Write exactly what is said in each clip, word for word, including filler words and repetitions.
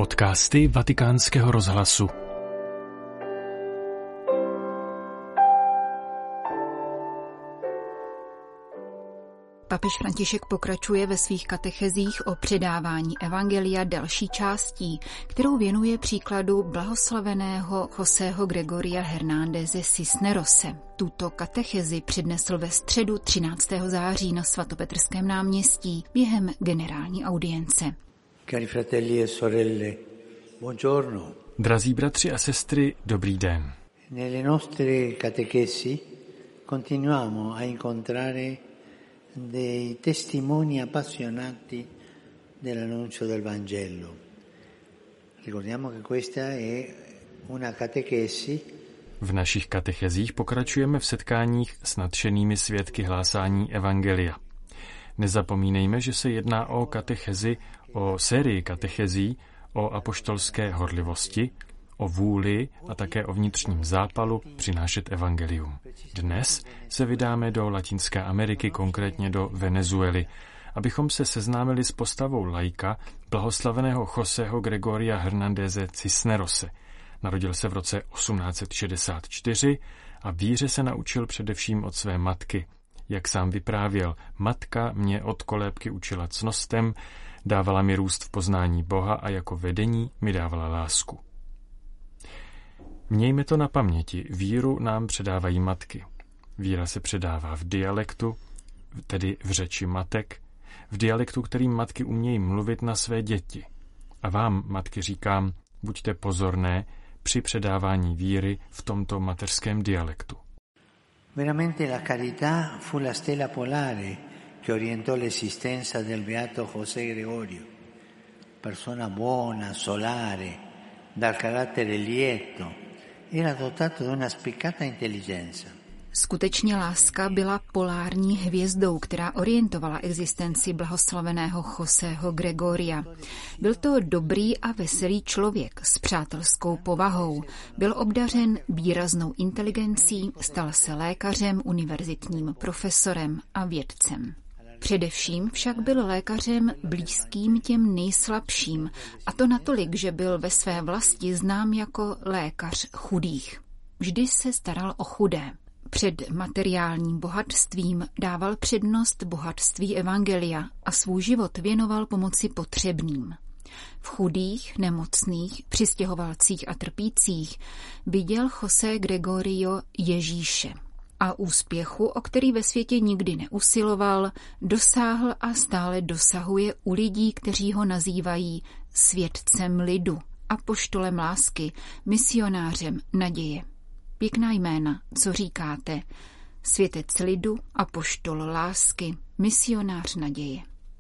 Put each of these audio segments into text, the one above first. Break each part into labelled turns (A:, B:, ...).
A: Podcasty Vatikánského rozhlasu.
B: Papež František pokračuje ve svých katechezích o předávání evangelia další částí, kterou věnuje příkladu blahoslaveného Josého Gregoria Hernándeze Cisnerose. Tuto katechezi přednesl ve středu třináctého září na Svatopetrském náměstí během generální audience.
C: Cari fratelli e sorelle, buongiorno.
A: Drazí bratři a sestry, dobrý den.
C: Nelle nostre catechesi continuiamo a incontrare dei testimoni appassionati dell'annuncio del Vangelo. Ricordiamo che questa è una catechesi.
A: V našich katechezích pokračujeme v setkáních s nadšenými svědky hlásání evangelia. Nezapomínejme, že se jedná o katechezi, o sérii katechezí, o apoštolské horlivosti, o vůli a také o vnitřním zápalu přinášet evangelium. Dnes se vydáme do Latinské Ameriky, konkrétně do Venezuely, abychom se seznámili s postavou laika blahoslaveného Josého Gregoria Hernándeze Cisnerose. Narodil se v roce osmnáct set šedesát čtyři a víře se naučil především od své matky. Jak sám vyprávěl, matka mě od kolébky učila cnostem, dávala mi růst v poznání Boha a jako vedení mi dávala lásku. Mějme to na paměti, víru nám předávají matky. Víra se předává v dialektu, tedy v řeči matek, v dialektu, kterým matky umějí mluvit na své děti. A vám, matky, říkám, buďte pozorné při předávání víry v tomto mateřském dialektu.
C: Veramente la carità fu la stella polare che orientò l'esistenza del beato José Gregorio, persona buona, solare, dal carattere lieto, era dotato di una spiccata intelligenza.
B: Skutečně láska byla polární hvězdou, která orientovala existenci blahoslaveného Josého Gregoria. Byl to dobrý a veselý člověk s přátelskou povahou. Byl obdařen výraznou inteligencí, stal se lékařem, univerzitním profesorem a vědcem. Především však byl lékařem blízkým těm nejslabším, a to natolik, že byl ve své vlasti znám jako lékař chudých. Vždy se staral o chudé. Před materiálním bohatstvím dával přednost bohatství evangelia a svůj život věnoval pomoci potřebným. V chudých, nemocných, přistěhovalcích a trpících viděl José Gregorio Ježíše. A úspěchu, o který ve světě nikdy neusiloval, dosáhl a stále dosahuje u lidí, kteří ho nazývají svědcem lidu, apoštolem lásky, misionářem naděje. Pěkná jména, co říkáte? Světec lidu, apoštol lásky, misionář naděje.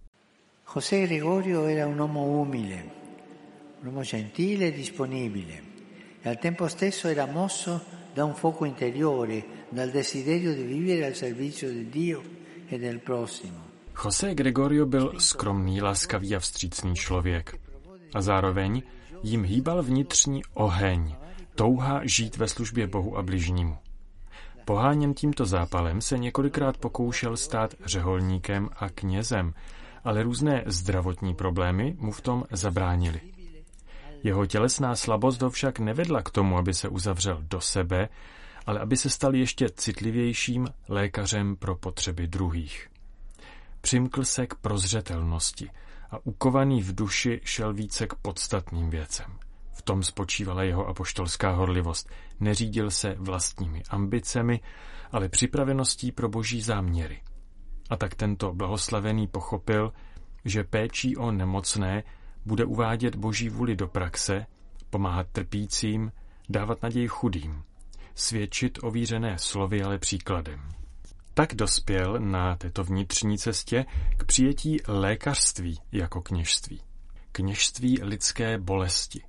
C: José Gregorio era un uomo umile, un uomo gentile e disponibile, e al tempo stesso era mosso da un fuoco interiore, dal desiderio di vivere al servizio di Dio e del prossimo.
A: José Gregorio byl skromný, laskavý a vstřícný člověk. A zároveň jim hýbal vnitřní oheň, touha žít ve službě Bohu a bližnímu. Poháněn tímto zápalem se několikrát pokoušel stát řeholníkem a knězem, ale různé zdravotní problémy mu v tom zabránily. Jeho tělesná slabost ho však nevedla k tomu, aby se uzavřel do sebe, ale aby se stal ještě citlivějším lékařem pro potřeby druhých. Přimkl se k prozřetelnosti a ukovaný v duši šel více k podstatným věcem. V tom spočívala jeho apoštolská horlivost. Neřídil se vlastními ambicemi, ale připraveností pro boží záměry. A tak tento blahoslavený pochopil, že péčí o nemocné bude uvádět boží vůli do praxe, pomáhat trpícím, dávat naději chudým, svědčit o vířené slovy, ale příkladem. Tak dospěl na této vnitřní cestě k přijetí lékařství jako kněžství. Kněžství lidské bolesti.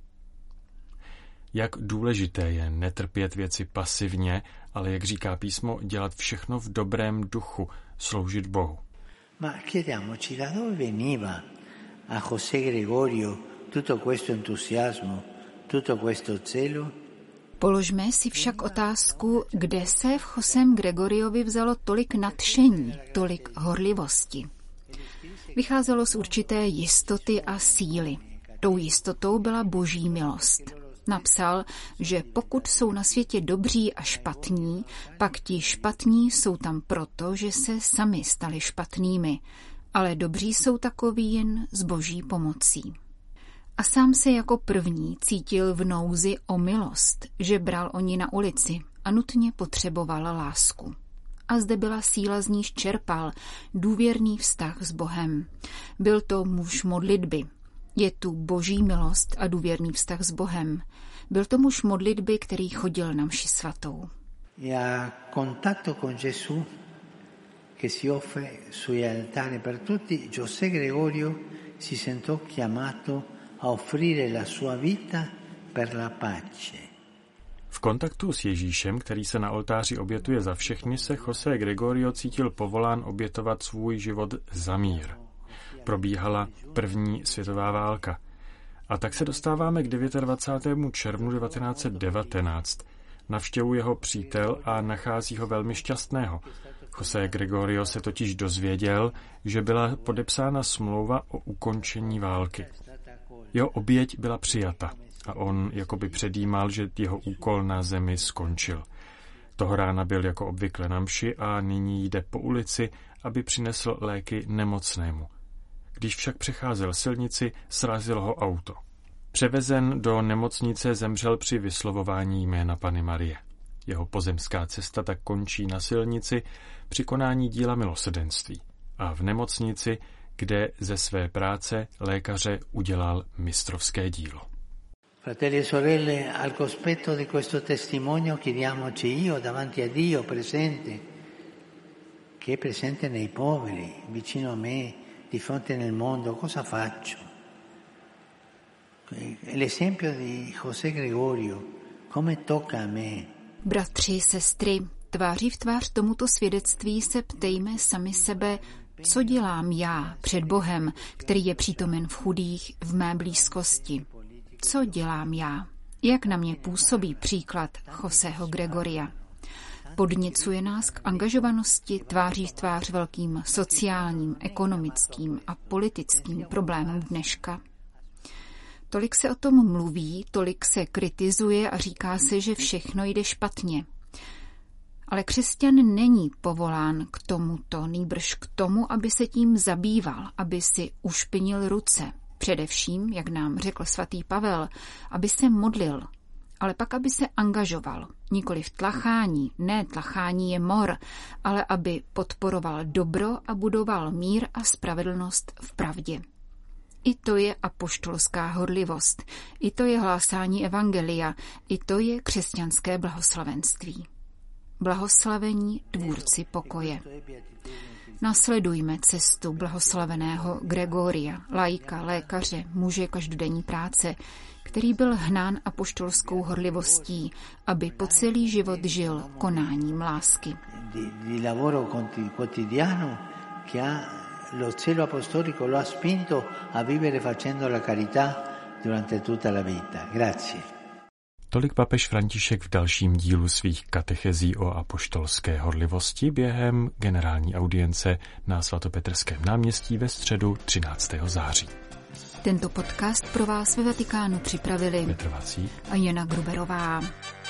A: Jak důležité je netrpět věci pasivně, ale jak říká písmo, dělat všechno v dobrém duchu, sloužit Bohu.
C: Ma chiediamoci da dove veniva a José Gregorio tutto questo entusiasmo, tutto questo zelo?
B: Položme si však otázku, kde se v Josém Gregoriovi vzalo tolik nadšení, tolik horlivosti. Vycházelo z určité jistoty a síly. Tou jistotou byla boží milost. Napsal, že pokud jsou na světě dobří a špatní, pak ti špatní jsou tam proto, že se sami stali špatnými, ale dobří jsou takoví jen s boží pomocí. A sám se jako první cítil v nouzi o milost, že bral o ní na ulici a nutně potřeboval lásku. A zde byla síla, z níž čerpal důvěrný vztah s Bohem. Byl to muž modlitby. Je tu boží milost a důvěrný vztah s Bohem. Byl to muž modlitby, který chodil na mši svatou.
C: A contatto con Gesù che si offre sui altari per tutti, José Gregorio si sentò chiamato a offrire la sua vita per la pace.
A: V kontaktu s Ježíšem, který se na oltáři obětuje za všechny, se José Gregorio cítil povolán obětovat svůj život za mír. Probíhala první světová válka. A tak se dostáváme k dvacátého devátého červnu devatenáct set devatenáct. Navštěvuje ho přítel a nachází ho velmi šťastného. José Gregorio se totiž dozvěděl, že byla podepsána smlouva o ukončení války. Jeho oběť byla přijata a on jakoby předjímal, že jeho úkol na zemi skončil. Toho rána byl jako obvykle na mši a nyní jde po ulici, aby přinesl léky nemocnému. Když však přecházel silnici, srazilo ho auto. Převezen do nemocnice zemřel při vyslovování jména Panny Marie. Jeho pozemská cesta tak končí na silnici při konání díla milosrdenství a v nemocnici, kde ze své práce lékaře udělal mistrovské dílo.
C: Fratelli e sorelle, al cospetto di questo testimonio chiediamoci io davanti a Dio presente, che è presente nei poveri, vicino a me, di fronte nel mondo, cosa faccio? L'esempio di José Gregorio, come tocca a me?
B: Bratři, sestry, tváří v tvář tomuto svědectví se ptejme sami sebe, co dělám já před Bohem, který je přítomen v chudých v mé blízkosti. Co dělám já? Jak na mě působí příklad Josého Gregoria? Podněcuje nás k angažovanosti tváří v tvář velkým sociálním, ekonomickým a politickým problémům dneška. Tolik se o tom mluví, tolik se kritizuje a říká se, že všechno jde špatně. Ale křesťan není povolán k tomuto, nýbrž k tomu, aby se tím zabýval, aby si ušpinil ruce. Především, jak nám řekl svatý Pavel, aby se modlil, ale pak aby se angažoval. Nikoli v tlachání, ne tlachání je mor, ale aby podporoval dobro a budoval mír a spravedlnost v pravdě. I to je apoštolská horlivost, i to je hlásání evangelia, i to je křesťanské blahoslavenství. Blahoslavení tvůrci pokoje. Nasledujme cestu blahoslaveného Gregoria, laika, lékaře, muže každodenní práce, který byl hnán apoštolskou horlivostí, aby po celý život žil konáním lásky.
C: Lo zelo apostolico lo ha spinto a vivere facendo la carità durante tutta la vita. Grazie.
A: Tolik papež František v dalším dílu svých katechezí o apoštolské horlivosti během generální audience na svatopetrském náměstí ve středu třináctého září.
B: Tento podcast pro vás ve Vatikánu připravili
A: Petr Vacík
B: a Jana Gruberová.